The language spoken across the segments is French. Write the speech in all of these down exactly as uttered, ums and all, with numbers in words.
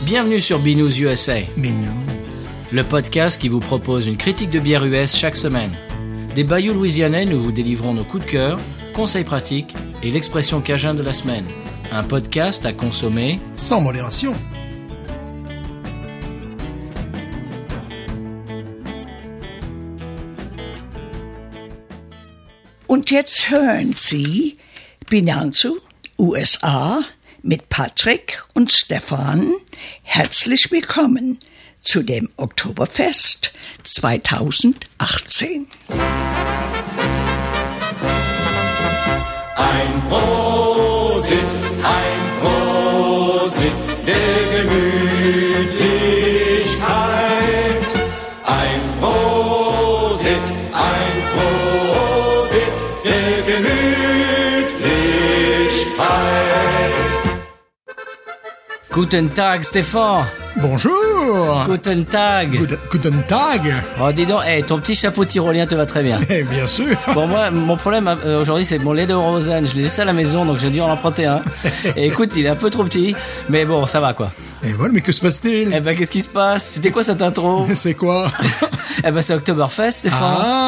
Bienvenue sur Binous U S A, Binous, le podcast qui vous propose une critique de bière U S chaque semaine. Des bayous louisianais, nous vous délivrons nos coups de cœur, conseils pratiques et l'expression cajun de la semaine. Un podcast à consommer sans modération. Und jetzt hören Sie Binanzu U S A mit Patrick und Stefan. Herzlich willkommen zu dem Oktoberfest zwanzig achtzehn. Ein Prosit, ein Prosit der Gemütlichkeit. Ein Prosit, ein Prosit der Gemütlichkeit. Guten Tag, Stéphane. Bonjour. Guten Tag. Guten, guten Tag. Oh, dis donc, hey, ton petit chapeau tyrolien te va très bien. Eh bien sûr. Bon, moi, mon problème euh, aujourd'hui, c'est mon lait de Rosanne. Je l'ai laissé à la maison, donc j'ai dû en emprunter un. Et écoute, il est un peu trop petit, mais bon, ça va, quoi. Et voilà, mais que se passe-t-il? Eh ben, qu'est-ce qui se passe? C'était quoi cette intro? C'est quoi? Eh ben, c'est Oktoberfest, Stéphane.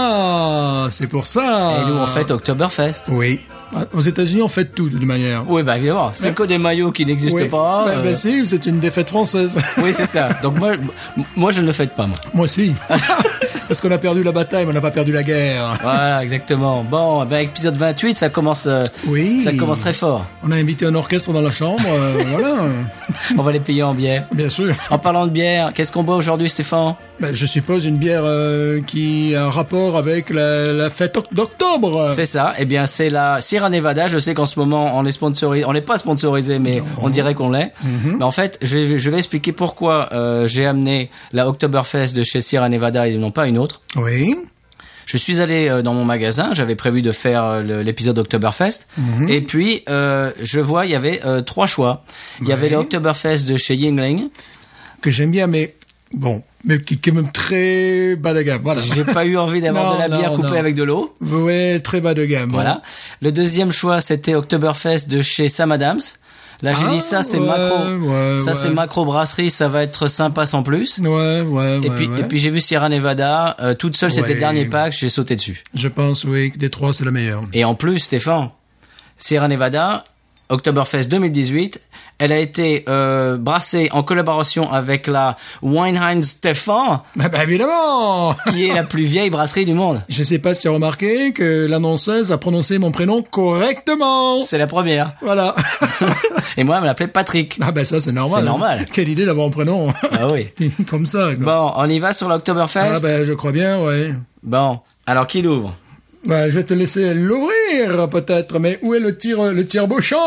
Ah, c'est pour ça. Et nous, on fête Oktoberfest. Oui. Aux États-Unis, on fait tout, de toute manière. Oui, bah évidemment. C'est que des maillots qui n'existent Oui. pas. Bah, euh, bah si, c'est une défaite française. Oui, c'est ça. Donc moi, moi, je ne le fête pas, moi. Moi aussi. Parce qu'on a perdu la bataille, mais on n'a pas perdu la guerre. Voilà, exactement. Bon, ben, épisode vingt-huit, ça commence, euh, Oui. ça commence très fort. On a invité un orchestre dans la chambre, euh, voilà. On va les payer en bière. Bien sûr. En parlant de bière, qu'est-ce qu'on boit aujourd'hui, Stéphane? Ben, je suppose une bière euh, qui a un rapport avec la, la fête oc- d'octobre. C'est ça. Eh bien, c'est la Sierra Nevada. Je sais qu'en ce moment, on est sponsorisé. On n'est pas sponsorisé, mais on dirait qu'on l'est. Mm-hmm. Mais en fait, je, je vais expliquer pourquoi euh, j'ai amené la Oktoberfest de chez Sierra Nevada et non pas une autre. Oui. Je suis allé euh, dans mon magasin, j'avais prévu de faire euh, le- l'épisode Oktoberfest, Mm-hmm. et puis euh, je vois il y avait euh, trois choix. Il y avait Oui. le Oktoberfest de chez Yuengling. Que j'aime bien, mais bon, mais qui, qui est même très bas de gamme. Voilà. J'ai pas eu envie d'avoir Non, de la bière non, coupée non. avec de l'eau. Ouais, très bas de gamme. Voilà. Le deuxième choix, c'était Oktoberfest de chez Sam Adams. Là, j'ai Ah, dit ça, c'est ouais, macro. ouais, ça, ouais. c'est macro brasserie, ça va être sympa sans plus. Ouais, ouais, Et ouais, puis, ouais. et puis j'ai vu Sierra Nevada, euh, toute seule, c'était Ouais. le dernier pack, j'ai sauté dessus. Je pense, oui, que des trois, c'est la meilleure. Et en plus, Stéphane, Sierra Nevada, Oktoberfest deux mille dix-huit, elle a été euh, brassée en collaboration avec la Weinheim Stefan, Ah bah, évidemment. qui est la plus vieille brasserie du monde. Je sais pas si tu as remarqué que l'annonceuse a prononcé mon prénom correctement. C'est la première. Voilà. Et moi, elle me l'appelait Patrick. Ah ben ça, c'est normal. C'est normal. Quelle idée d'avoir un prénom. Ah oui. Comme ça, quoi. Bon, on y va sur l'Oktoberfest. Ah ben, je crois bien, ouais. Bon, alors qui l'ouvre? Bah, je vais te laisser l'ouvrir, peut-être, mais où est le tir, le tire-bouchon?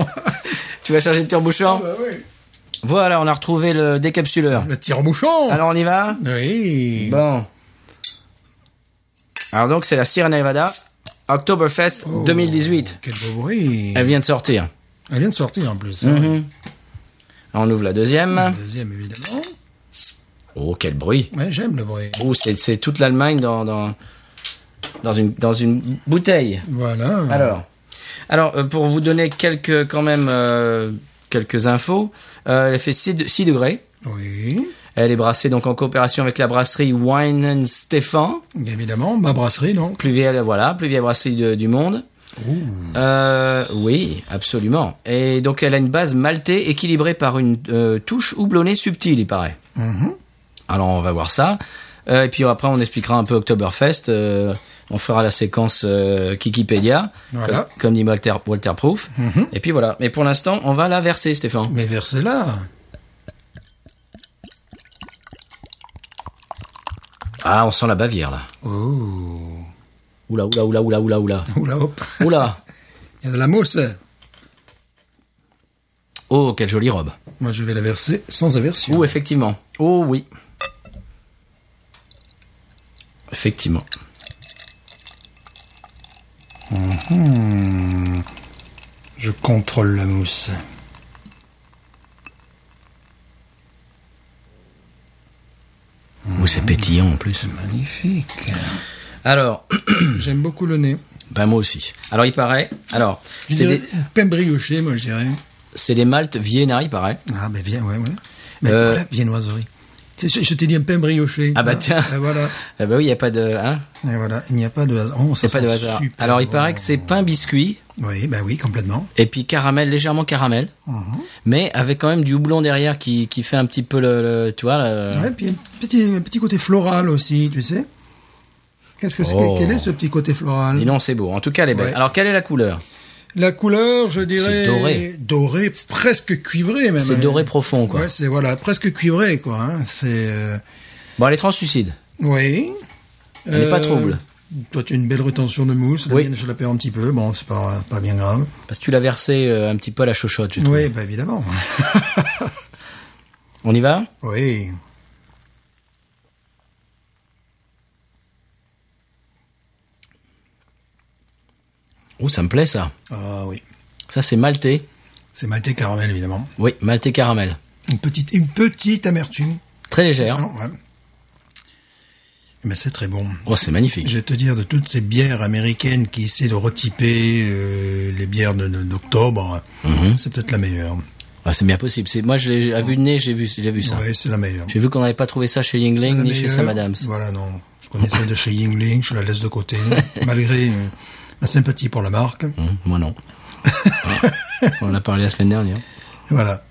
Tu vas charger le tire-bouchon? Bah oui. Voilà, on a retrouvé le décapsuleur. Le tire-bouchon. Alors on y va? Oui. Bon. Alors donc c'est la Sierra Nevada Oktoberfest Oh, deux mille dix-huit. Quel beau bruit. Elle vient de sortir. Elle vient de sortir, en plus. Mhm. On ouvre la deuxième. La deuxième, évidemment. Oh, quel bruit. Ouais, j'aime le bruit. Oh, c'est, c'est toute l'Allemagne dans, dans, dans, une, dans une bouteille. Voilà. Alors, alors euh, pour vous donner quelques, quand même, euh, quelques infos, euh, elle fait six, de- six degrés. Oui. Elle est brassée donc en coopération avec la brasserie Weinheim Stefan. Évidemment, ma brasserie, non? Plus vieille, voilà, plus vieille brasserie de- du monde. Euh, oui, absolument. Et donc elle a une base maltée équilibrée par une euh, touche houblonnée subtile, il paraît. Mhm. Alors on va voir ça. Euh, et puis après on expliquera un peu Oktoberfest. Euh, on fera la séquence euh, Kikipédia, Voilà. comme, comme dit Walter, Walter Proof. Mhm. Et puis voilà. Mais pour l'instant, on va la verser, Stéphane. Mais versez-la. Ah, on sent la Bavière là. Oh. Oula, oula, oula, oula, oula, oula. Oula, hop. Oula. Il y a de la mousse. Oh, quelle jolie robe. Moi, je vais la verser sans aversion. Oh, effectivement. Oh oui. Effectivement. Hmm. Je contrôle la mousse. Oh, c'est pétillant en plus. Magnifique. Alors, J'aime beaucoup le nez. ben moi aussi. Alors, il paraît. Alors, Je c'est dirais des, pain brioché, moi, je dirais. c'est des maltes Vienna, il paraît. Ah, ben bien, ouais, ouais. Mais Euh, voilà, viennoiserie. C'est- Je, je t'ai dit un pain brioché. Ah bah tiens. Et voilà. Ah bah oui, il y a pas de hein, Et voilà. Il n'y a pas de hasard. Oh, ça il y a pas de sent hasard. super Alors il bon. paraît que c'est pain biscuit Oui, bah oui, complètement. et puis caramel, légèrement caramel, mais avec quand même du houblon derrière qui qui fait un petit peu le, le tu vois le... Ouais, puis un petit, un petit côté floral aussi, tu sais. Qu'est-ce que c'est Oh. Quel est ce petit côté floral? Dis non, c'est beau. En tout cas, elle est belle. Ouais. Alors quelle est la couleur? La couleur, je dirais... C'est doré. Doré, presque cuivré même. C'est doré profond quoi. Ouais, c'est voilà, presque cuivré quoi. Hein. C'est... euh, Bon, elle est translucide. Oui. Elle n'est pas trouble. Toi, tu as une belle rétention de mousse. La Oui. mienne, je la perds un petit peu. Bon, c'est pas, pas bien grave. Parce que tu l'as versé euh, un petit peu à la chochotte, je trouve. Oui, bah évidemment. On y va? Oui. Oh, ça me plaît ça. Ah oui. Ça c'est maltais. C'est maltais caramel, évidemment. Oui, maltais caramel. Une petite, une petite amertume. Très légère. Ça, ouais. Mais c'est très bon. Oh, c'est magnifique. Je vais te dire, de toutes ces bières américaines qui essaient de retyper euh, les bières de- de- d'octobre, Mhm. c'est peut-être la meilleure. Ah, c'est bien possible. C'est moi, je l'ai- à vue de nez, j'ai vu, j'ai vu ça. Oui, c'est la meilleure. J'ai vu qu'on n'avait pas trouvé ça chez C'est Yingling la ni chez meilleure. Sam Adams. Voilà, non. Je connais celle de chez Yingling, je la laisse de côté, malgré euh, ma sympathie pour la marque. Hum, moi non. Ah, on en a parlé la semaine dernière. Voilà.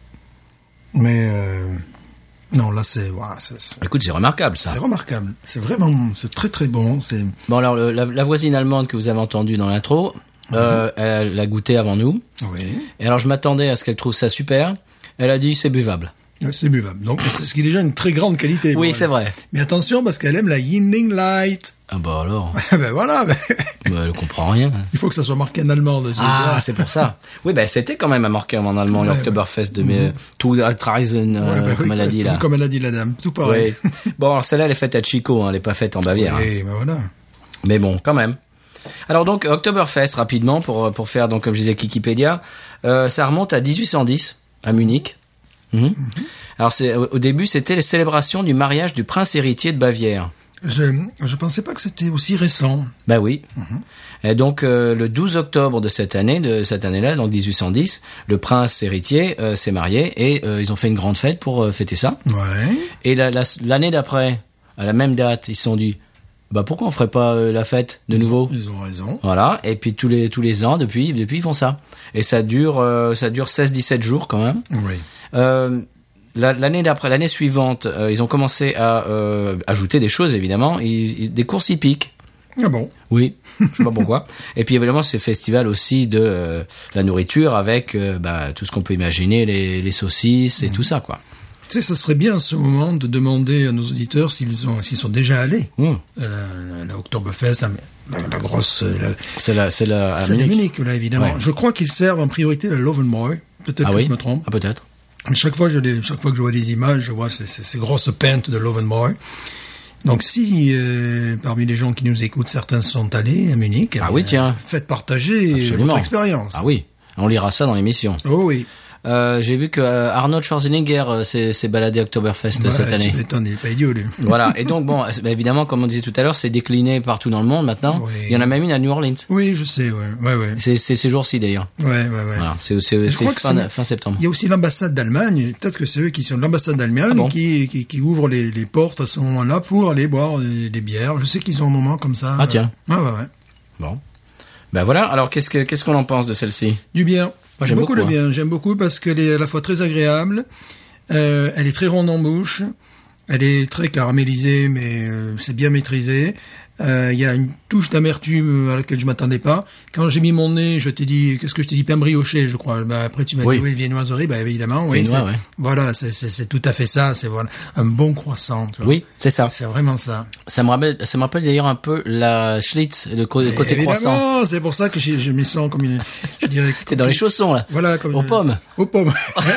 Mais euh, non, là, c'est ouah, c'est c'est- Écoute, c'est remarquable ça. c'est remarquable. C'est vraiment, c'est très très bon. C'est Bon alors, le- la, la voisine allemande que vous avez entendue dans l'intro, euh, elle l'a goûté avant nous. oui, Et alors, je m'attendais à ce qu'elle trouve ça super. Elle a dit c'est buvable. ouais, c'est buvable. Donc, c'est ce qui est déjà une très grande qualité. Oui, pour c'est elle. vrai. Mais attention, parce qu'elle aime la Yingling Light. Ah bah alors, ben voilà, ben, bah, elle comprend rien. il faut que ça soit marqué en allemand dessus. Ah, c'est pour ça. Oui, ben c'était quand même marqué en allemand, Ouais, l'Oktoberfest de mes tout Altreisen, Ouais, ben comme oui, elle a dit là. Comme elle a dit la dame, tout pareil. Oui. Bon, alors celle-là, elle est faite à Chico, hein, elle est pas faite en Bavière. hein. Oui, ben voilà. Mais bon, quand même. Alors donc, Oktoberfest, rapidement, pour pour faire, donc comme je disais, Wikipédia, euh, ça remonte à dix-huit cent dix, à Munich. Mhm. Alors c'est au au début, c'était les célébrations du mariage du prince héritier de Bavière. Je, je pensais pas que c'était aussi récent. Bah oui. Et donc euh, le douze octobre de cette année, de cette année-là, donc dix-huit cent dix, le prince héritier euh, s'est marié et euh, ils ont fait une grande fête pour euh, fêter ça. Ouais. Et la- la- l'année d'après, à la même date, ils se sont dit, bah pourquoi on ferait pas euh, la fête de nouveau? Ils ont raison. Voilà. Et puis tous les tous les ans, depuis depuis ils font ça. Et ça dure euh, ça dure seize dix-sept jours quand même. Oui. Euh, la- L'année d'après, l'année suivante, euh, ils ont commencé à euh, ajouter des choses évidemment, ils- ils- des courses hippiques. Ah bon. Oui, je sais pas pourquoi. Et puis évidemment, c'est festival aussi de euh, la nourriture avec euh, bah, tout ce qu'on peut imaginer, les, les saucisses et tout ça, quoi. Tu sais, ça serait bien à ce moment de demander à nos auditeurs s'ils ont, s'ils sont déjà allés Mmh. à la, la, la Oktoberfest, la, la, la grosse, la, C'est la, c'est la. à c'est de Munich. Munich, là, évidemment. Ouais. Je crois qu'ils servent en priorité la Lovenbräu. Peut-être Ah que oui. je me trompe. Ah peut-être. Chaque fois, je les, chaque fois que je vois des images, je vois ces, ces, ces grosses pintes de Lovenbräu. Donc, si euh, parmi les gens qui nous écoutent, certains sont allés à Munich, Ah eh oui, bien, tiens. faites partager Absolument. votre expérience. Ah oui, on lira ça dans l'émission. Oh oui. Euh, j'ai vu que euh, Arnold Schwarzenegger euh, s'est, s'est baladé à Oktoberfest euh, Ouais, cette année. Tu m'étonnes, il est pas idiot, lui. Voilà. Et donc bon, bah, évidemment, comme on disait tout à l'heure, c'est décliné partout dans le monde maintenant. Oui. Il y en a même une à New Orleans. Oui, je sais, ouais, ouais, ouais. C'est, c'est ces jours-ci d'ailleurs. Ouais, ouais, ouais. Voilà. C'est, c'est, Je c'est crois que fin, c'est- fin septembre. Il y a aussi l'ambassade d'Allemagne. Peut-être que c'est eux qui sont de l'ambassade d'Allemagne Ah bon qui, qui, qui ouvrent les, les portes à ce moment-là pour aller boire des, des bières. Je sais qu'ils ont un moment comme ça. Ah, tiens. Ouais, ouais, ouais. Bon. Ben voilà. Alors qu'est-ce que qu'est-ce qu'on en pense de celle-ci? Du bien. Moi, j'aime beaucoup, beaucoup, de bien. J'aime beaucoup parce qu'elle est à la fois très agréable, euh, elle est très ronde en bouche, elle est très caramélisée, mais euh, c'est bien maîtrisé. Euh, Il y a une touche d'amertume à laquelle je m'attendais pas. Quand j'ai mis mon nez, je t'ai dit, qu'est-ce que je t'ai dit, pain brioché, je crois. Bah, après, tu m'as Oui. dit, oui, viennoiserie, bah évidemment, oui. Viennois, c'est- ouais. Voilà, c'est c'est- c'est tout à fait ça. C'est voilà un bon croissant. tu vois. Oui, c'est ça. C'est vraiment ça. Ça me rappelle, ça me rappelle d'ailleurs un peu la Schlitz, le, co- le côté croissant. Évidemment, c'est pour ça que je, je m'y sens comme une, je dirais. T'es dans les chaussons là. Voilà, comme Aux une- pommes. Aux pommes.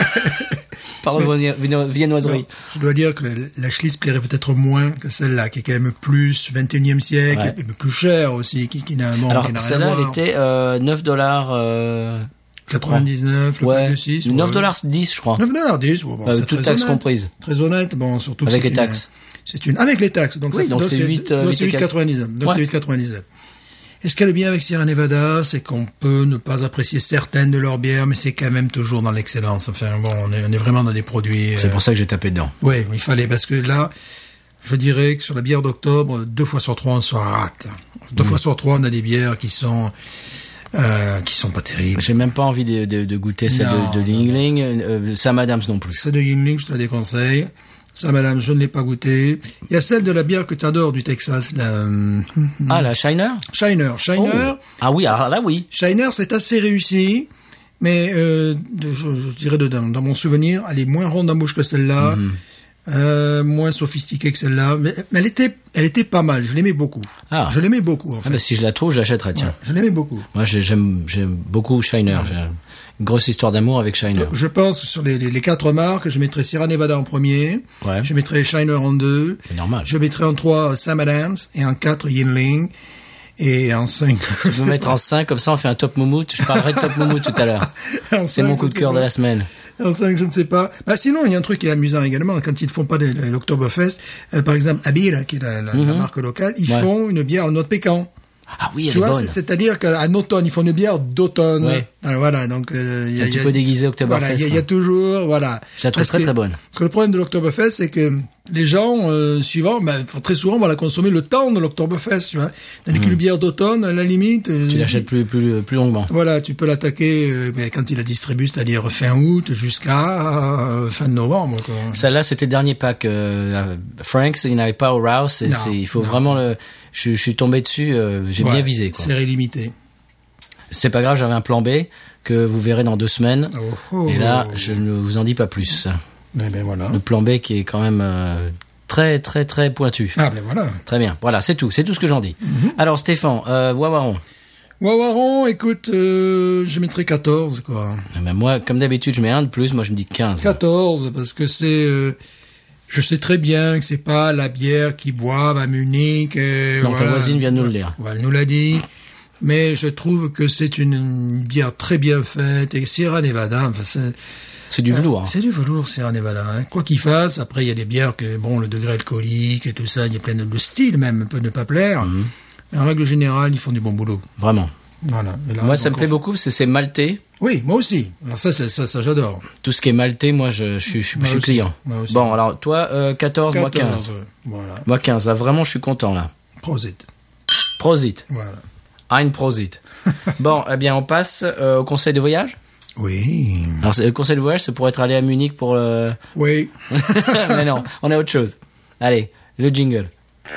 Parlons de vienno- viennoiserie. Non, je dois dire que la, la Schlitz plairait peut-être moins que celle-là, qui est quand même plus vingt et unième siècle, Ouais. et plus cher aussi, qui, qui n'a un Alors qui n'a rien à celle-là, elle voir. était euh, neuf dollars. Euh, quatre-vingt-dix-neuf, le ouais, pack de six. neuf ouais. dollars dix, je crois. neuf dollars dix, ouais, bon, Euh, c'est toutes très taxes honnête. comprises. Très honnête, bon, surtout que Avec c'est les une- taxes. C'est une, avec les taxes, donc Oui, ça donc c'est huit, euh, donc huit c'est et huit quatre-vingt-dix-neuf. Donc Ouais. c'est huit quatre-vingt-dix-neuf. Et ce qu'elle est bien avec Sierra Nevada, c'est qu'on peut ne pas apprécier certaines de leurs bières, mais c'est quand même toujours dans l'excellence. Enfin, bon, on est, on est vraiment dans des produits... C'est euh, pour ça que j'ai tapé dedans. Oui, il fallait, parce que là, je dirais que sur la bière d'octobre, deux fois sur trois, on se rate. Deux mmh. fois sur trois, on a des bières qui sont... Euh, qui sont pas terribles. J'ai même pas envie de, de, de goûter celle non, de, de Yingling, euh, Sam Adams non plus. Celle de Yingling, je te la déconseille. Ça, madame, je ne l'ai pas goûté. Il y a celle de la bière que tu adores du Texas. La... Ah, la Shiner Shiner. Shiner. Oh. Ah oui, alors là, oui. Shiner, c'est assez réussi. Mais euh, de, je, je dirais de, dans, dans mon souvenir, elle est moins ronde en bouche que celle-là. Mm-hmm. Euh, moins sophistiquée que celle-là. Mais, mais elle était elle était pas mal. Je l'aimais beaucoup. Ah. Je l'aimais beaucoup, en fait. Ah bah, si je la trouve, je l'achèterai, tiens. Ouais, je l'aimais beaucoup. Moi, j'aime, j'aime beaucoup Shiner. Ouais. J'ai une grosse histoire d'amour avec Shiner. Je, je pense que sur les, les, les quatre marques, je mettrais Sierra Nevada en premier. Ouais. Je mettrais Shiner en deux. C'est normal. Je mettrais en trois Sam Adams et en quatre Yingling. Et en cinq. Je vais me mettre en cinq, comme ça on fait un top moumoute. Je parlerai de top moumoute tout à l'heure. C'est mon coup de cœur de la semaine. En cinq, je ne sais pas. Bah, sinon, il y a un truc qui est amusant également. Quand ils font pas l'Oktoberfest, euh, par exemple, Abir, qui est la, la, mm-hmm. la marque locale, ils ouais. font une bière en noix de pécan. Ah oui, elle tu est vois, bonne. C'est-à-dire qu'en automne, ils font une bière d'automne. Ouais. Alors voilà, donc euh, il y a, y a, déguisé Oktoberfest. Voilà, il y, y a toujours, voilà. Je la trouve très que, très bonne. Parce que le problème de l'Oktoberfest, c'est que les gens euh, suivants, ben, très souvent, vont la consommer le temps de l'Oktoberfest, tu vois. Tandis mmh. qu'une bière d'automne, à la limite, euh, tu l'achètes plus plus plus longuement. Voilà, tu peux l'attaquer euh, ben, quand il la distribue, c'est-à-dire fin août jusqu'à euh, fin de novembre. Quoi. Celle-là, c'était le dernier pack. Euh, Frank's, il n'avait pas au Rouse. Et c'est, il faut non. vraiment le. Je, je suis tombé dessus. Euh, j'ai ouais, bien visé. Quoi. C'est limité. C'est pas grave, j'avais un plan B que vous verrez dans deux semaines. Oh, oh, et là, je ne vous en dis pas plus. Eh ben voilà. Le plan B qui est quand même euh, très très très pointu. Ah ben voilà. Très bien. Voilà, c'est tout. C'est tout ce que j'en dis. Mm-hmm. Alors Stéphane, euh, Wawaron. Wawaron, écoute, euh, je mettrais quatorze quoi. Eh ben moi, comme d'habitude, je mets un de plus. Moi, je me dis quinze. quatorze parce que c'est. Euh, je sais très bien que c'est pas la bière qu'ils boivent à Munich. Euh, non, voilà. Ta voisine vient de nous le dire. Voilà, elle nous l'a dit. Mais je trouve que c'est une, une bière très bien faite et Sierra Nevada, enfin c'est. C'est du velours. Hein. C'est du velours, Sierra Nevada. Hein. Quoi qu'il fasse, après il y a des bières que, bon, le degré alcoolique et tout ça, il y a plein de, le style même peut ne pas plaire. Mm-hmm. Mais en règle générale, ils font du bon boulot. Vraiment. Voilà. Et là, moi, ça me plaît beaucoup, c'est c'est maltais. Oui, moi aussi. Alors ça, ça, ça, ça j'adore. Tout ce qui est maltais, moi, je, je, je, je, je suis client. Bon, alors toi, euh, quatorze, quatorze, moi quinze. Ouais. Voilà. Moi quinze. Là, vraiment, je suis content là. Prosit. Prosit. Voilà. Ein Prosit. Bon, eh bien, on passe euh, au conseil de voyage. Oui. Alors, le conseil de voyage, c'est pour être allé à Munich pour le... Oui. Mais non, on a autre chose. Allez, le jingle.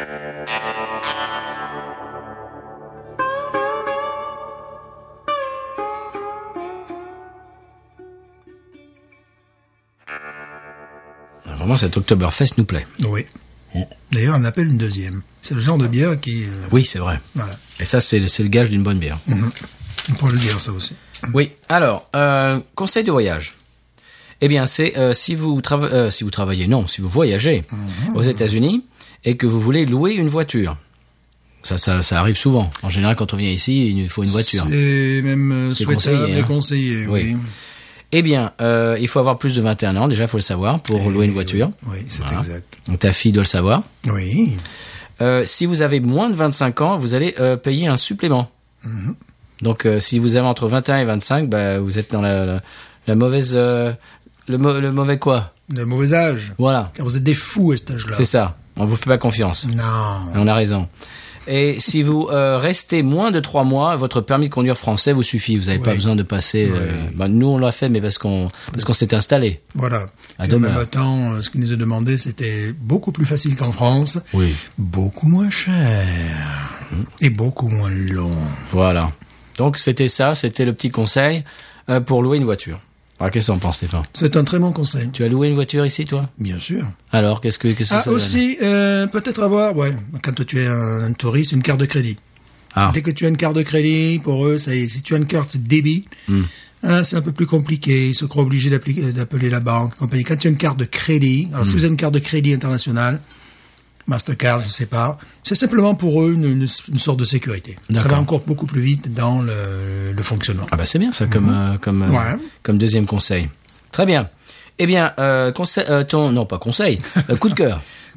Vraiment, cet Oktoberfest nous plaît. Oui. Mmh. D'ailleurs, on appelle une deuxième. C'est le genre de bière qui... Euh... Oui, c'est vrai. Voilà. Et ça, c'est, c'est le gage d'une bonne bière. Mmh. On peut le dire, ça aussi. Oui. Alors, euh, conseil de voyage. Eh bien, c'est euh, si vous trava- euh, si vous travaillez, non, si vous voyagez mmh. aux États-Unis et que vous voulez louer une voiture. Ça, ça, ça arrive souvent. En général, quand on vient ici, il faut une voiture. C'est même euh, c'est souhaitable conseillé, et hein. conseillé, oui. oui. Eh bien, euh, il faut avoir plus de vingt et un ans, déjà, il faut le savoir, pour et louer une voiture. Oui, c'est voilà. exact. Donc, ta fille doit le savoir. Oui. Euh, si vous avez moins de vingt-cinq ans, vous allez euh, payer un supplément. Mm-hmm. Donc, euh, si vous avez entre vingt et un et vingt-cinq, bah, vous êtes dans la, la, la mauvaise... Euh, le, mo- le mauvais quoi ? Le mauvais âge. Voilà. Car vous êtes des fous à cet âge-là. C'est ça. On vous fait pas confiance. Non. On a raison. Et si vous euh, restez moins de trois mois, votre permis de conduire français vous suffit. Vous n'avez oui. pas besoin de passer. Oui. Euh, bah, nous, on l'a fait, mais parce qu'on parce qu'on s'est installé. Voilà. À et en même temps, ce qu'ils nous a demandé, c'était beaucoup plus facile qu'en France. Oui. Beaucoup moins cher mmh. et beaucoup moins long. Voilà. Donc c'était ça, c'était le petit conseil euh, pour louer une voiture. Alors, qu'est-ce que t'en penses, Stéphane ? C'est un très bon conseil. Tu as loué une voiture ici, toi ? Bien sûr. Alors, qu'est-ce que, qu'est-ce que ah, ça aussi, euh, peut-être avoir, ouais, quand tu es un, un touriste, une carte de crédit. Ah. Dès que tu as une carte de crédit, pour eux, ça y est, si tu as une carte débit, mm. hein, c'est un peu plus compliqué. Ils se croient obligés d'appeler la banque, compagnie. Quand tu as une carte de crédit, alors mm. si vous avez une carte de crédit internationale, Mastercard, je sais pas. C'est simplement pour eux une, une, une sorte de sécurité. D'accord. Ça va encore beaucoup plus vite dans le, le fonctionnement. Ah bah c'est bien ça comme mmh. euh, comme euh, ouais. comme deuxième conseil. Très bien. Eh bien, euh, conseil, euh, ton non pas conseil, euh, coup de cœur.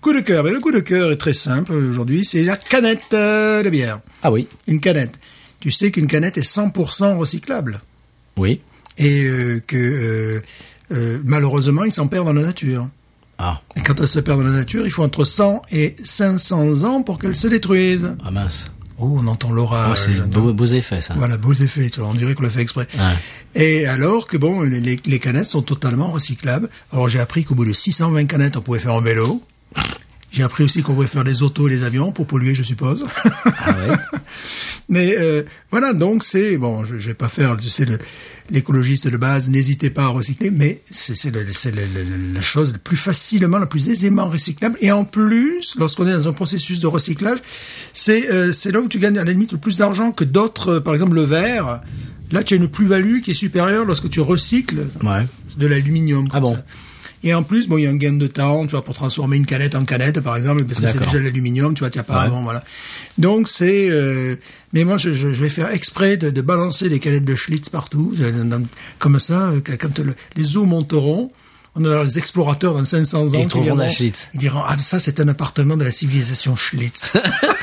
Coup de cœur. Mais le coup de cœur est très simple aujourd'hui. C'est la canette euh, de bière. Ah oui. Une canette. Tu sais qu'une canette est cent pour cent recyclable. Oui. Et euh, que euh, euh, malheureusement, il s'en perd dans la nature. Ah. Et quand elle se perd dans la nature, il faut entre cent et cinq cents ans pour qu'elle se détruise. Ah mince. Oh, on entend l'orage. Oh, c'est beau, beaux effets, ça. Voilà, beaux effets. Tu vois, on dirait qu'on l'a fait exprès. Ouais. Et alors que bon, les, les canettes sont totalement recyclables. Alors j'ai appris qu'au bout de six cent vingt canettes, on pouvait faire un vélo. J'ai appris aussi qu'on pouvait faire les autos et les avions pour polluer, je suppose. Ah ouais. Mais euh, voilà, donc c'est bon. Je, je vais pas faire, tu sais, le, l'écologiste de base. N'hésitez pas à recycler, mais c'est, c'est, le, c'est le, le, la chose la plus facilement, la plus aisément recyclable. Et en plus, lorsqu'on est dans un processus de recyclage, c'est euh, c'est là où tu gagnes à la limite le plus d'argent que d'autres. Euh, par exemple, le verre. Là, tu as une plus-value qui est supérieure lorsque tu recycles Ouais. de l'aluminium. Ah bon. Ça. Et en plus, bon, il y a un gain de temps, tu vois, pour transformer une canette en canette, par exemple, parce que D'accord. c'est déjà de l'aluminium, tu vois, tu as pas Ouais. avant, voilà. Donc, c'est, euh, mais moi, je, je, je vais faire exprès de, de balancer les canettes de Schlitz partout, euh, dans- comme ça, euh, quand le- les eaux monteront, on aura les explorateurs dans cinq cents ans. ils qui trouveront viendront, la Schlitz. Ils diront, ah, ça, c'est un appartement de la civilisation Schlitz.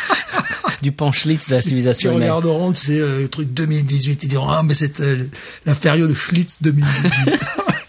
Du Panchlitz de la Ils civilisation humaine. regarderont, tu sais, euh, le truc deux mille dix-huit, ils diront, ah, mais c'est euh, la période Schlitz deux mille dix-huit.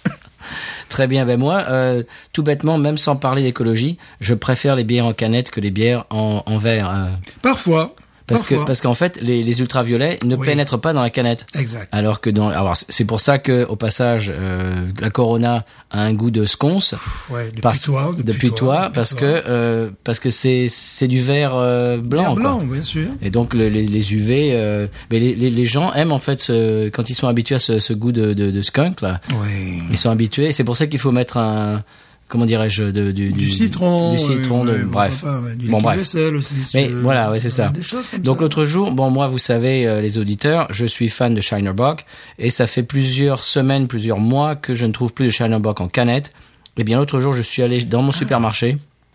Très bien. Ben moi, euh, tout bêtement, même sans parler d'écologie, je préfère les bières en canette que les bières en, en verre. euh, Parfois. parce parfois. que parce qu'en fait, les, les ultraviolets ne Oui. pénètrent pas dans la canette. Exact. Alors que dans, alors c'est pour ça que au passage, euh, la Corona a un goût de sconce. Ouais, depuis Parce- toi, depuis toi, depuis parce toi. que euh, parce que c'est c'est du verre euh, blanc. Bière blanc, quoi. bien sûr. Et donc le- les, les U V, euh, mais les, les, les gens aiment en fait ce, quand ils sont habitués à ce, ce goût de, de, de skunk là. Oui. Ils sont habitués. C'est pour ça qu'il faut mettre un, comment dirais-je, de, du, Du citron. du citron. ouais, de, ouais, bref. pourquoi pas, ouais, du Bon, liquide bref. vaisselle aussi. Mais sur- voilà, ouais, c'est ça. Des choses comme Donc ça. l'autre jour, bon moi vous savez euh, les auditeurs, je suis fan de Shiner Bock et ça fait plusieurs semaines, plusieurs mois que je ne trouve plus de Shiner Bock en canette. Et bien l'autre jour, je suis allé dans mon supermarché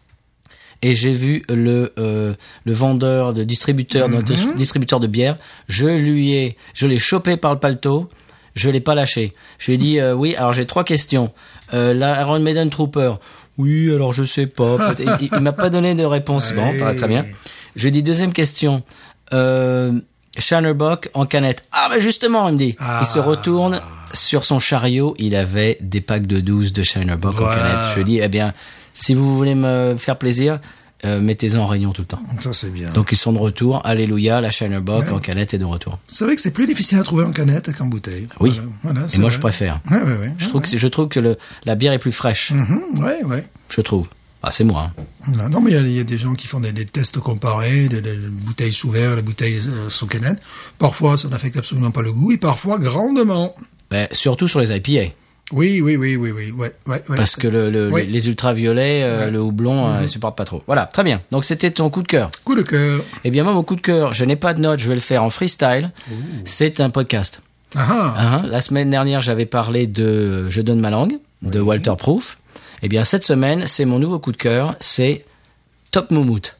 et j'ai vu le euh, le vendeur, de distributeur, Mhm. de distributeur de bière. Je lui ai, je l'ai chopé par le paletot. Je l'ai pas lâché. Je lui ai dit euh, oui. Alors j'ai trois questions. Euh, la Iron Maiden Trooper. Oui. Alors je sais pas. peut-être- il, il m'a pas donné de réponse. Bon, Ouais. très, très bien. Je lui ai dit deuxième question. Euh, Shiner Bock en canette. Ah ben justement, il me dit. Ah. Il se retourne sur son chariot. Il avait des packs de douze de Shiner Bock en Voilà. canette. Je lui ai dit eh bien, si vous voulez me faire plaisir, euh, mettez-en en rayon tout le temps. Ça, c'est bien. Donc ils sont de retour. Alléluia, la Shiner Bock Ouais. en canette est de retour. C'est vrai que c'est plus difficile à trouver en canette qu'en bouteille. Oui. Voilà, voilà, Et c'est moi vrai. je préfère. Ouais, ouais, ouais. Je trouve que c'est- je trouve que le, la bière est plus fraîche. Mhm, ouais, ouais. Je trouve. Ah, c'est moi. Hein. Non, non, mais il y a- il y, a des gens qui font des, des tests comparés, des, des bouteilles sous verre, les bouteilles euh, sous canette. Parfois, ça n'affecte absolument pas le goût, et parfois grandement. Ben, surtout sur les I P A. Oui, oui, oui, oui, oui, ouais, ouais, ouais. Parce que le, le, Oui. les ultraviolets, euh, Ouais. le houblon, euh, ils supportent pas trop. Voilà, très bien. Donc c'était ton coup de cœur. Coup de cœur. Eh bien moi, mon coup de cœur, je n'ai pas de notes, je vais le faire en freestyle. C'est un podcast. Ah ah. Hein, la semaine dernière, j'avais parlé de Je donne ma langue, de Walter Proof. Eh bien cette semaine, c'est mon nouveau coup de cœur, c'est Top Moumout.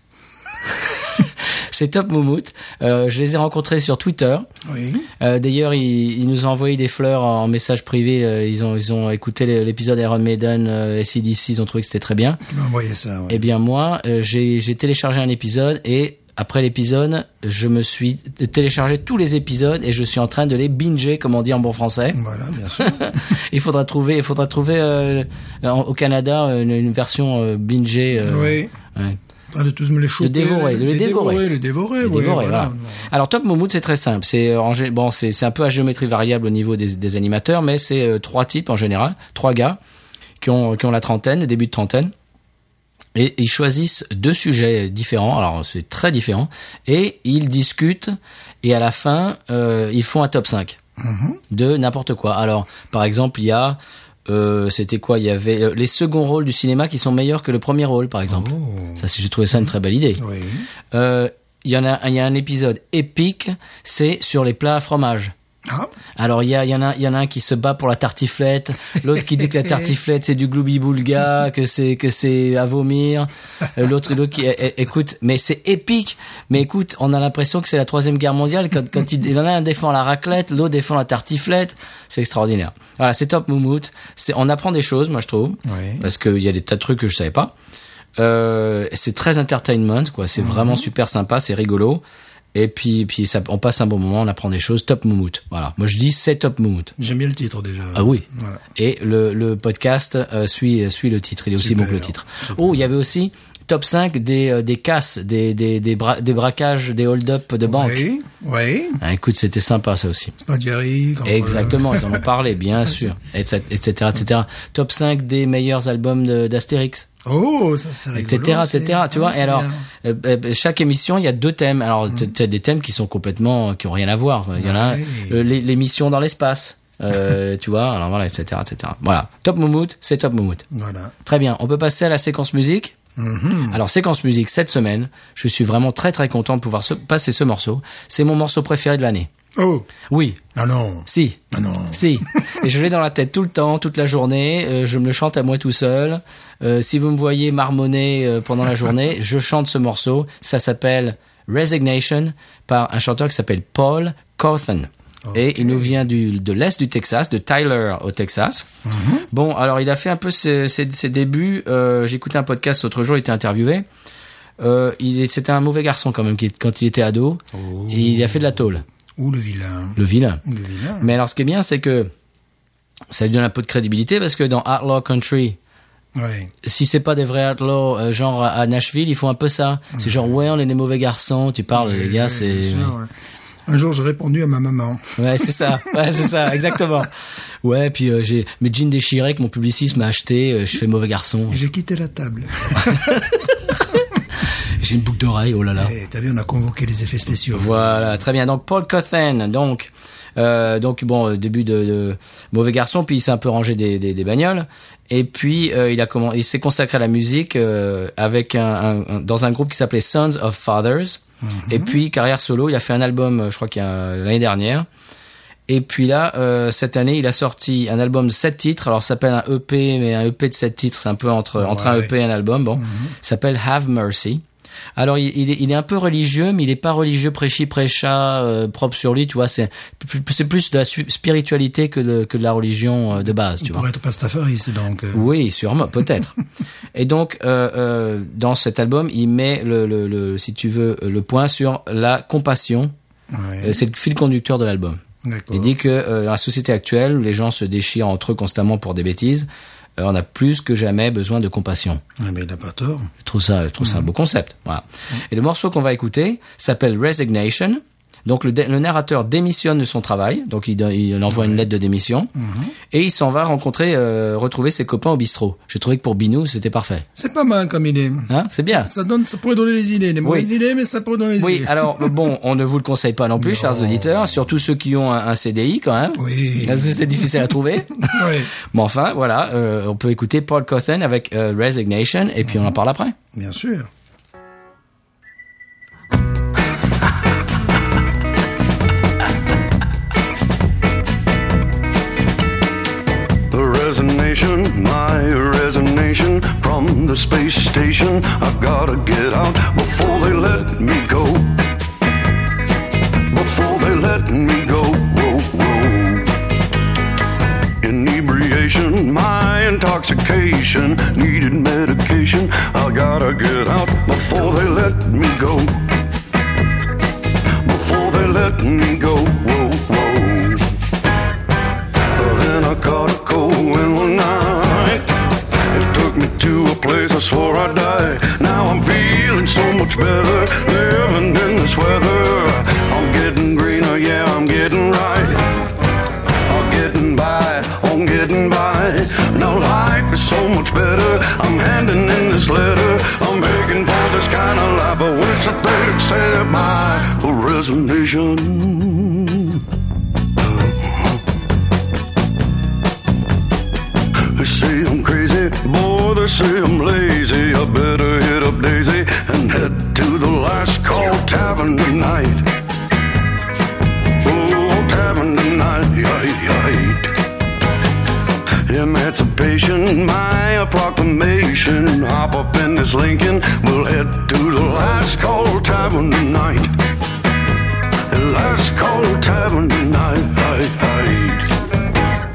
C'est Top Moumout. Euh, je les ai rencontrés sur Twitter. Oui. Euh, D'ailleurs, ils, ils nous ont envoyé des fleurs en, en message privé. Euh, ils ont ils ont écouté l'épisode Iron Maiden, euh, A C D C, ils ont trouvé que c'était très bien. Tu m'as envoyé ça, ouais. Eh bien moi, euh, j'ai j'ai téléchargé un épisode et après l'épisode, je me suis téléchargé tous les épisodes et je suis en train de les binger, comme on dit en bon français. Voilà, bien sûr. Il faudra trouver, il faudra trouver euh, en- au Canada une, une version euh, bingée. euh, oui. ouais. En train de tous me les choper. Le dévorer, de les dévorer. Le dévorer, Le oui, dévorer, voilà. voilà. Alors Top Moumout, c'est très simple. C'est euh, en gé- bon, c'est c'est un peu à géométrie variable au niveau des, des animateurs, mais c'est euh, trois types en général, trois gars qui ont qui ont la trentaine, le début de trentaine, et ils choisissent deux sujets différents. Alors c'est très différent, et ils discutent et à la fin euh, ils font un top cinq de n'importe quoi. Alors par exemple il y a euh, c'était quoi? Il y avait euh, les seconds rôles du cinéma qui sont meilleurs que le premier rôle, par exemple. Oh. Ça, c'est- j'ai trouvé ça une très belle idée. Oui. Euh, il y en a, il y a un épisode épique, c'est sur les plats à fromage. Ah. Alors il y a, il y en a, il y en a un qui se bat pour la tartiflette, l'autre qui dit que la tartiflette c'est du gloubi-boulga, que c'est que c'est à vomir, Euh, l'autre l'autre qui, é- é- écoute, mais c'est épique. Mais écoute, on a l'impression que c'est la troisième guerre mondiale quand quand il, il y en a un défend la raclette, l'autre défend la tartiflette, c'est extraordinaire. Voilà, c'est Top Moumout. C'est, on apprend des choses, moi je trouve, Oui. parce qu'il y a des tas de trucs que je savais pas. Euh, c'est très entertainment, quoi. C'est mm-hmm. vraiment super sympa, c'est rigolo. Et puis, puis ça, on passe un bon moment, on apprend des choses. Top Moumout. Voilà. Moi, je dis c'est Top Moumout. J'aime bien le titre déjà. Ah oui. Voilà. Et le, le podcast euh, suit, suit le titre. Il est aussi Super, bon que le titre. super. Oh, il y avait aussi Top cinq des, euh, des casses, des, des, des, bra- des braquages, des hold-up de banque. Oui, oui. Ah, écoute, c'était sympa, ça aussi. C'est pas Jerry. Exactement, ils en ont parlé, bien sûr. Etc, etc, et cetera. Top cinq des meilleurs albums de, d'Astérix. Oh, ça c'est rigolo. Etc, et cetera. Tu ah, vois. Et alors, euh, euh, chaque émission, il y a deux thèmes. Alors, mm. tu as des thèmes qui sont complètement, qui ont rien à voir. Il y en a un, euh, les, les missions dans l'espace. Euh, tu vois. Alors voilà, et cetera, et cetera. Voilà. Top Moumout, c'est Top Moumout. Voilà. Très bien. On peut passer à la séquence musique. Mm-hmm. Alors, séquence musique cette semaine, je suis vraiment très très content de pouvoir se, passer ce morceau. C'est mon morceau préféré de l'année. Oh. Oui. Ah non. Si. Ah non. Si. Et je l'ai dans la tête tout le temps, toute la journée. Euh, je me le chante à moi tout seul. Euh, si vous me voyez marmonner euh, pendant la journée, je chante ce morceau. Ça s'appelle Resignation par un chanteur qui s'appelle Paul Cawthon. Okay. Et il nous vient du, de l'est du Texas, de Tyler au Texas. Mm-hmm. Bon, alors il a fait un peu ses, ses, ses débuts. Euh, j'ai écouté un podcast l'autre jour, il était interviewé. Euh, il, c'était un mauvais garçon quand même, qui, quand il était ado. Oh. Et il a fait de la tôle. Ou le vilain. Le vilain. Le vilain. Mais alors, ce qui est bien, c'est que ça lui donne un peu de crédibilité parce que dans Outlaw Country, ouais. si c'est pas des vrais outlaws, euh, genre à Nashville, ils font un peu ça. Ouais. C'est genre, ouais, on est des mauvais garçons, tu parles, ouais, les gars, ouais, c'est... Sûr, ouais. Un jour, j'ai répondu à ma maman. Ouais, c'est ça. Ouais, c'est ça, exactement. Ouais, puis euh, j'ai mes jeans déchirés que mon publiciste m'a acheté, euh, je fais mauvais garçon. Et j'ai quitté la table. J'ai une boucle d'oreille, oh là là. Hey, t'as vu, on a convoqué les effets spéciaux. Voilà, très bien. Donc Paul Cawthon, donc euh, donc bon, début de, de mauvais garçon, puis il s'est un peu rangé des des, des bagnoles, et puis euh, il a comment, il s'est consacré à la musique euh, avec un, un, un dans un groupe qui s'appelait Sons of Fathers, mm-hmm. et puis carrière solo, il a fait un album, je crois qu'il y a l'année dernière. Et puis là, euh, cette année, il a sorti un album de sept titres. Alors, ça s'appelle un E P, mais un E P de sept titres, c'est un peu entre oh, entre ouais, un E P et un album. Bon, mm-hmm. Ça s'appelle Have Mercy. Alors, il, il, est, il est un peu religieux, mais il est pas religieux prêchi prêcha euh, propre sur lui, tu vois. C'est c'est plus de la spiritualité que de que de la religion euh, de base, tu il vois. Pour être pastafariste, donc. Euh... Oui, sûrement, peut-être. Et donc, euh, euh, dans cet album, il met le, le, le, si tu veux, le point sur la compassion. Ouais. C'est le fil conducteur de l'album. D'accord. Il dit que euh, dans la société actuelle, où les gens se déchirent entre eux constamment pour des bêtises, euh, on a plus que jamais besoin de compassion. Ah, mais il n'a pas tort. Je trouve ça, je trouve mmh. ça un beau concept. Voilà. Mmh. Et le morceau qu'on va écouter s'appelle Resignation. Donc le, dé- le narrateur démissionne de son travail, donc il, il envoie ouais. une lettre de démission, mmh. et il s'en va rencontrer, euh, retrouver ses copains au bistrot. J'ai trouvé que pour Binou, c'était parfait. C'est pas mal comme idée. Hein, c'est bien. Ça donne, ça pourrait donner les idées, des mauvaises oui. idées, mais ça pourrait donner les oui, idées. Oui, alors bon, on ne vous le conseille pas non plus, non. chers auditeurs, surtout ceux qui ont un, un C D I quand même. Oui. C'est difficile à trouver. Oui. Mais enfin, voilà, euh, on peut écouter Paul Cawthon avec euh, Resignation, et puis mmh. on en parle après. Bien sûr. Resignation, my resignation from the space station. I've gotta get out before they let me go. Before they let me go. Whoa, whoa. Inebriation, my intoxication. Needed medication. I gotta get out before they let me go. Before they let me go. Whoa, whoa. Then I caught a cold wind one night. It took me to a place I swore I'd die. Now I'm feeling so much better, living in this weather. I'm getting greener, yeah, I'm getting right. I'm getting by, I'm getting by. Now life is so much better. I'm handing in this letter. I'm begging for this kind of life. I wish that they'd say my resignation. They say I'm crazy, boy, they say I'm lazy. I better hit up Daisy and head to the Last Call Tavern tonight. Oh, Tavern tonight, Emancipation, my proclamation. Hop up in this Lincoln, we'll head to the Last Call Tavern tonight. The Last Call Tavern tonight.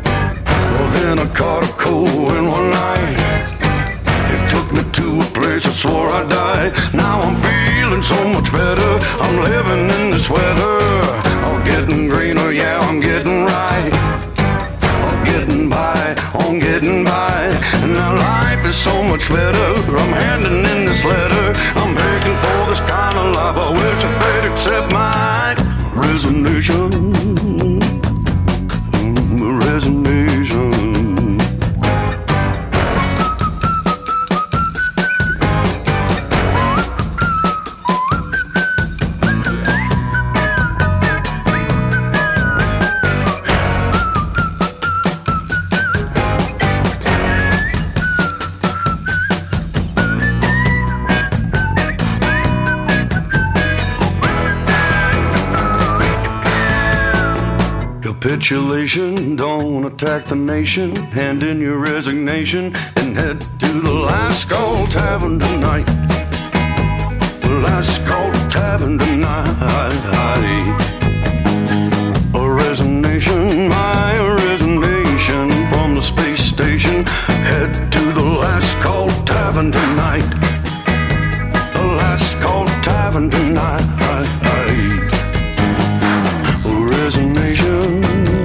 Then I caught a cold wind one night. It took me to a place I swore I'd die. Now I'm feeling so much better. I'm living in this weather. I'm getting greener, yeah, I'm getting right. I'm getting by, I'm getting by. And now life is so much better. I'm handing in this letter. I'm begging for this kind of life. I wish that they'd accept my resignation. Mm, resignation. Capitulation, don't attack the nation. Hand in your resignation and head to the Last Call Tavern tonight. The Last Call Tavern tonight. A resignation, my resignation from the space station. Head to the Last Call Tavern tonight. The Last Call Tavern tonight. A resignation.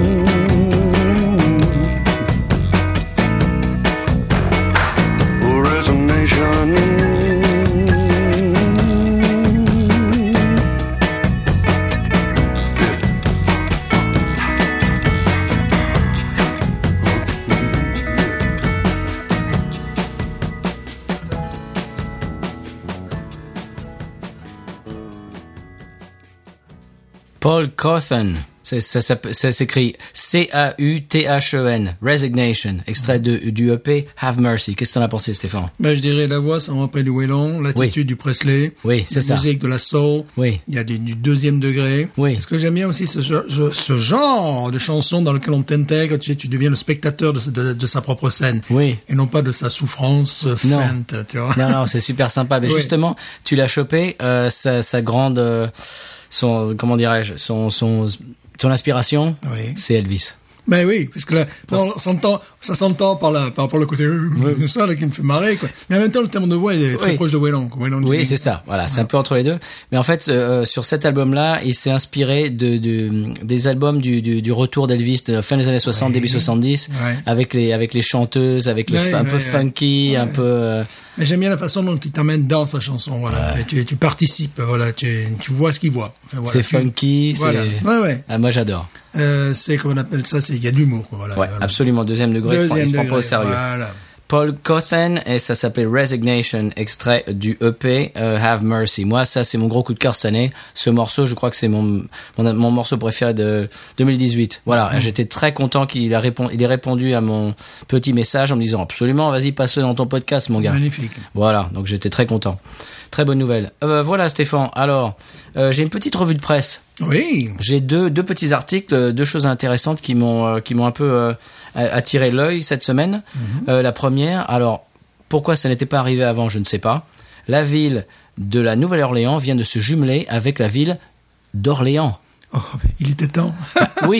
Paul Cawthon, c'est, ça, ça, ça s'écrit C A U T H E N, Resignation, extrait de, du E P Have Mercy. Qu'est-ce que t'en as pensé, Stéphane? Ben, je dirais la voix, ça me rappelle du Waylon, l'attitude Oui. du Presley, Oui, c'est la ça. musique de la soul, Oui. il y a du, du deuxième degré. Oui. Ce que j'aime bien aussi, ce, ce, ce genre de chanson dans lequel on t'intègre, tu sais, tu deviens le spectateur de, de, de sa propre scène. Oui. Et non pas de sa souffrance euh, Non. feinte, tu vois. Non, non, c'est super sympa. Mais Oui. justement, tu l'as chopé, euh, sa, sa grande, euh, son, comment dirais-je, son, son, son inspiration, Oui. c'est Elvis. Ben oui, parce que là, on s'entend, ça s'entend par la, par, par le côté, euh, ça, là, qui me fait marrer, quoi. Mais en même temps, le terme de voix, il est très Oui. proche de Waylon, quoi. Waylon Oui, Jennings. c'est ça. Voilà, c'est un peu entre les deux. Mais en fait, euh, sur cet album-là, il s'est inspiré de, de des albums du, du, du retour d'Elvis de la fin des années soixante, Oui. début soixante-dix, Ouais. avec les avec les chanteuses, avec le Ouais, f- un ouais, peu ouais. funky, Ouais. un peu. Euh, Mais j'aime bien la façon dont il t'amène dans sa chanson, voilà. Et tu, tu participes, voilà, tu, tu vois ce qu'il voit. Enfin, voilà, c'est tu- funky, Voilà. c'est. Ouais, ouais. Ah, moi, j'adore. Euh, c'est, comment on appelle ça, c'est, il y a de l'humour, quoi, voilà. Ouais, Voilà. absolument. Deuxième degré, il se prend- il se prend pas au sérieux. Voilà. Paul Cawthon, et ça s'appelait Resignation, extrait du E P euh, Have Mercy. Moi, ça, c'est mon gros coup de cœur cette année. Ce morceau, je crois que c'est mon mon, mon morceau préféré de deux mille dix-huit. Voilà, Mmh. j'étais très content qu'il a répondu, il ait répondu à mon petit message en me disant absolument, vas-y, passe-le dans ton podcast, mon gars. Magnifique. Voilà, donc j'étais très content. Très bonne nouvelle. Euh, voilà, Stéphane. Alors, euh, j'ai une petite revue de presse. Oui. J'ai deux deux petits articles, deux choses intéressantes qui m'ont euh, qui m'ont un peu euh, attiré l'œil cette semaine. Mhm. Euh, la première, alors pourquoi ça n'était pas arrivé avant, je ne sais pas. La ville de la Nouvelle-Orléans vient de se jumeler avec la ville d'Orléans. Oh, il était temps. Oui,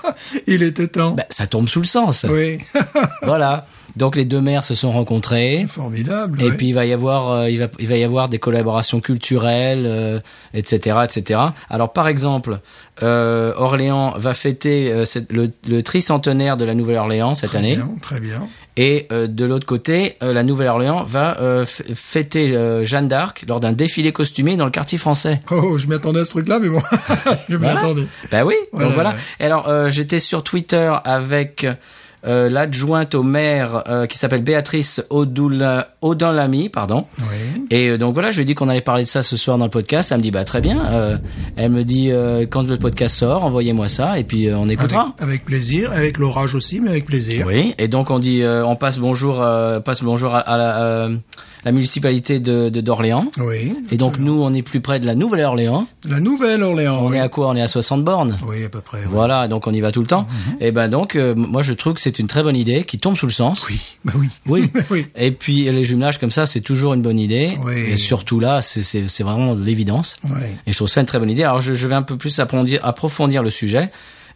Il était temps. bah, ça tombe sous le sens. Oui. Voilà. Donc les deux maires se sont rencontrés. Formidable. Et ouais. puis il va y avoir, euh, il va, il va y avoir des collaborations culturelles, euh, et cetera, et cetera. Alors par exemple, euh, Orléans va fêter euh, cette- le, le tricentenaire de la Nouvelle-Orléans cette Très année, bien, très bien. et euh, de l'autre côté, euh, la Nouvelle-Orléans va euh, f- fêter euh, Jeanne d'Arc lors d'un défilé costumé dans le quartier français. Oh, je m'y attendais à ce truc-là, mais bon, je m'y Voilà. attendais. Ben oui, Voilà, donc voilà. ouais. Et alors euh, j'étais sur Twitter avec euh, l'adjointe au maire euh, qui s'appelle Béatrice Odoula- Odunlami, pardon. Oui. Et euh, donc voilà, je lui ai dit qu'on allait parler de ça ce soir dans le podcast. Elle me dit bah très bien. Euh, elle me dit euh, quand le podcast sort, envoyez-moi ça et puis euh, on écoutera. Avec, avec plaisir, avec l'orage aussi, mais avec plaisir. Oui. Et donc on dit, euh, on passe bonjour, euh, passe bonjour à, à la, euh, la municipalité de de- d'Orléans. Oui. Et donc nous, on est plus près de la Nouvelle-Orléans. La Nouvelle-Orléans. On oui. est à quoi? On est à soixante bornes. Oui, à peu près. oui. Voilà, donc on y va tout le temps. Et ben donc, euh, moi je trouve que c'est une très bonne idée qui tombe sous le sens. Oui, bah oui. Oui. oui. Et puis les jumelages comme ça, c'est toujours une bonne idée. Oui. Et surtout là, c'est c'est c'est vraiment de l'évidence. Oui. Et je trouve ça une très bonne idée. Alors je, je vais un peu plus approfondir, approfondir le sujet.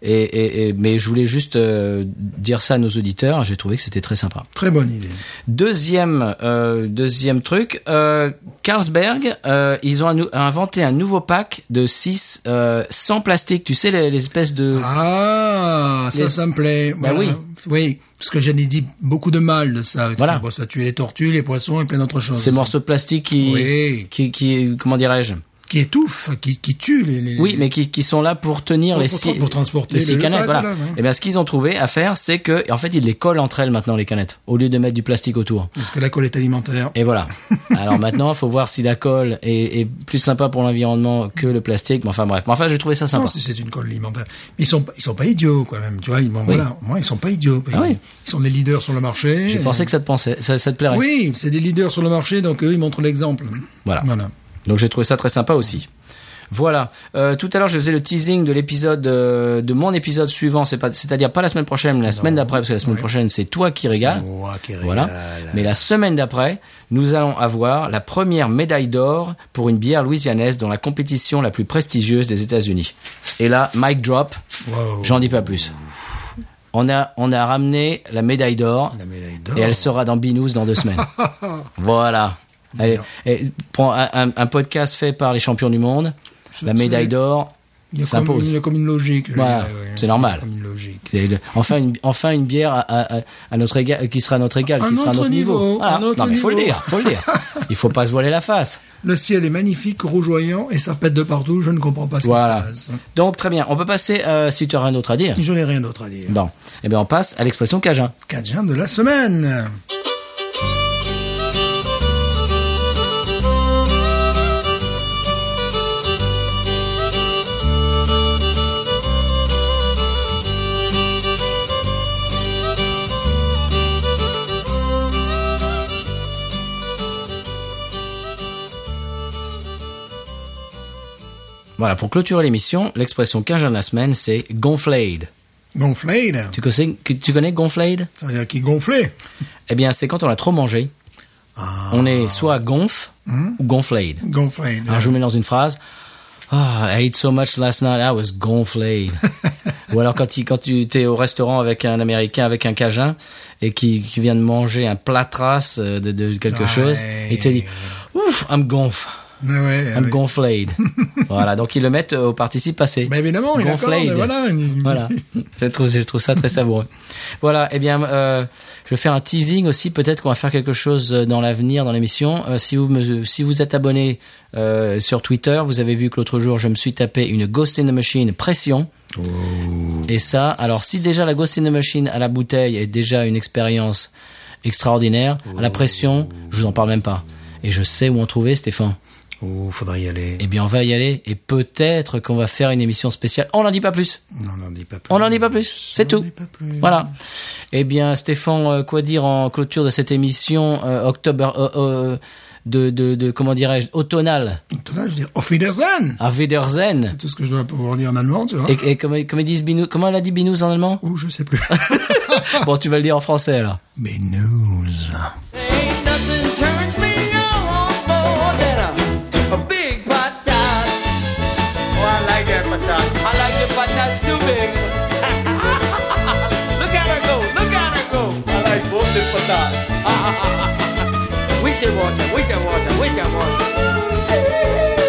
Et, et, et mais je voulais juste euh, dire ça à nos auditeurs. J'ai trouvé que c'était très sympa. Très bonne idée. Deuxième, euh, deuxième truc, euh, Carlsberg, euh, ils ont un, inventé un nouveau pack de six euh, sans plastique. Tu sais les, les espèces de. Ah, ça, Les- ça me plaît. Bah oui. Oui, parce que j'en ai dit beaucoup de mal de ça. Voilà. Bon, ça tuait les tortues, les poissons et plein d'autres choses. Ces morceaux de plastique qui, Oui. qui, qui, comment dirais-je? Qui étouffent, qui, qui tuent les, les... Oui, mais qui, qui sont là pour tenir Pour- les pour- six, pour transporter les six le- le canettes, pack, voilà. voilà, ouais. Et bien, ce qu'ils ont trouvé à faire, c'est que, en fait, ils les collent entre elles maintenant, les canettes, au lieu de mettre du plastique autour. Parce que la colle est alimentaire. Et voilà. Alors maintenant, il faut voir si la colle est, est plus sympa pour l'environnement que le plastique. Mais enfin, bref. Mais enfin, j'ai trouvé ça sympa. Non, si c'est une colle alimentaire. Mais ils sont, pas- ils sont pas idiots, quand même. Tu vois, ils, bon, Oui. voilà. Moi, ils sont pas idiots. Ah oui. Ils sont des leaders sur le marché. J'ai Et- pensé que ça te pensait, ça, ça te plairait. Oui, c'est des leaders sur le marché, donc eux, ils montrent l'exemple. Voilà. Voilà. Donc j'ai trouvé ça très sympa aussi. Voilà. Euh, tout à l'heure, je faisais le teasing de l'épisode euh, de mon épisode suivant, c'est pas, c'est-à-dire pas la semaine prochaine, mais la semaine d'après, parce que la semaine Ouais. prochaine, c'est toi qui régales. C'est moi qui régale. Voilà. Mais la semaine d'après, nous allons avoir la première médaille d'or pour une bière louisianaise dans la compétition la plus prestigieuse des États-Unis. Et là, mic drop. Wow. J'en dis pas plus. On a, on a ramené la médaille d'or. La médaille d'or. Et elle sera dans Binous dans deux semaines. Voilà. Allez, et, prends un, un, un podcast fait par les champions du monde. Je La sais. médaille d'or Il y a comme, s'impose. il y a comme une logique. je Voilà, dirais, ouais. c'est normal. Comme une logique. C'est le- enfin une, enfin une bière à, à, à- à notre égal, qui sera à notre égal, À qui sera à notre notre niveau. niveau, Voilà. à notre Non mais faut le niveau. dire, faut le dire. Il faut pas se voiler la face. Le ciel est magnifique, rougeoyant, et ça pète de partout. Je ne comprends pas ce Voilà. qui se passe. Donc très bien. On peut passer, euh, si tu as rien d'autre à dire. Je n'ai rien d'autre à dire. Bon, eh bien on passe à l'expression cajun. Cajun de la semaine. Voilà, pour clôturer l'émission, l'expression cajun de la semaine, c'est gonflade. Gonflade. Tu connais, tu connais gonflade? Ça veut dire qu'il gonflait. Eh bien, c'est quand on a trop mangé. On est soit gonf ou gonflade. Gonflade. Alors, je vous mets dans une phrase. Ah, I ate so much last night, I was gonflade. Ou alors quand, il, quand tu es au restaurant avec un Américain, avec un Cajun, et qui, qui vient de manger un plâtrasse de, de quelque Ouais. chose, et il te dit, ouf, I'm gonf. Ouais, ouais, I'm ouais. gonflade. Voilà, donc ils le mettent au participe passé. Bah évidemment, il accorde, Gonflade. voilà. Voilà, je trouve, je trouve ça très savoureux. Voilà, eh bien, euh, je vais faire un teasing aussi. Peut-être qu'on va faire quelque chose dans l'avenir dans l'émission. Euh, si vous me, si vous êtes abonné euh, sur Twitter, vous avez vu que l'autre jour, je me suis tapé une Ghost in the Machine pression. Oh. Et ça, alors si déjà la Ghost in the Machine à la bouteille est déjà une expérience extraordinaire, à la pression, je vous en parle même pas. Et je sais où en trouver, Stéphane. Oh, faudrait y aller. Eh bien, on va y aller et peut-être qu'on va faire une émission spéciale. On n'en dit pas plus. On n'en dit pas plus. On n'en dit pas plus, c'est On n'en tout. dit pas plus. Voilà. Eh bien, Stéphane, euh, quoi dire en clôture de cette émission euh, octobre euh, euh, de, de, de comment dirais-je automnale. Tout là, je dis Auf Wiedersehen. À Wiedersehen. C'est tout ce que je dois pouvoir dire en allemand, tu vois. Et, et comme, comme ils disent Binous, comment elle a dit Binous en allemand? Ou je sais plus. Bon, tu vas le dire en français alors. Mais nous. Ain't nothing turns me on more than a, a big patat. Oh, I like that patat. I like the patats too big. Look at her go, look at her go. I like both the patats. We should watch her, we should watch her, we should watch her.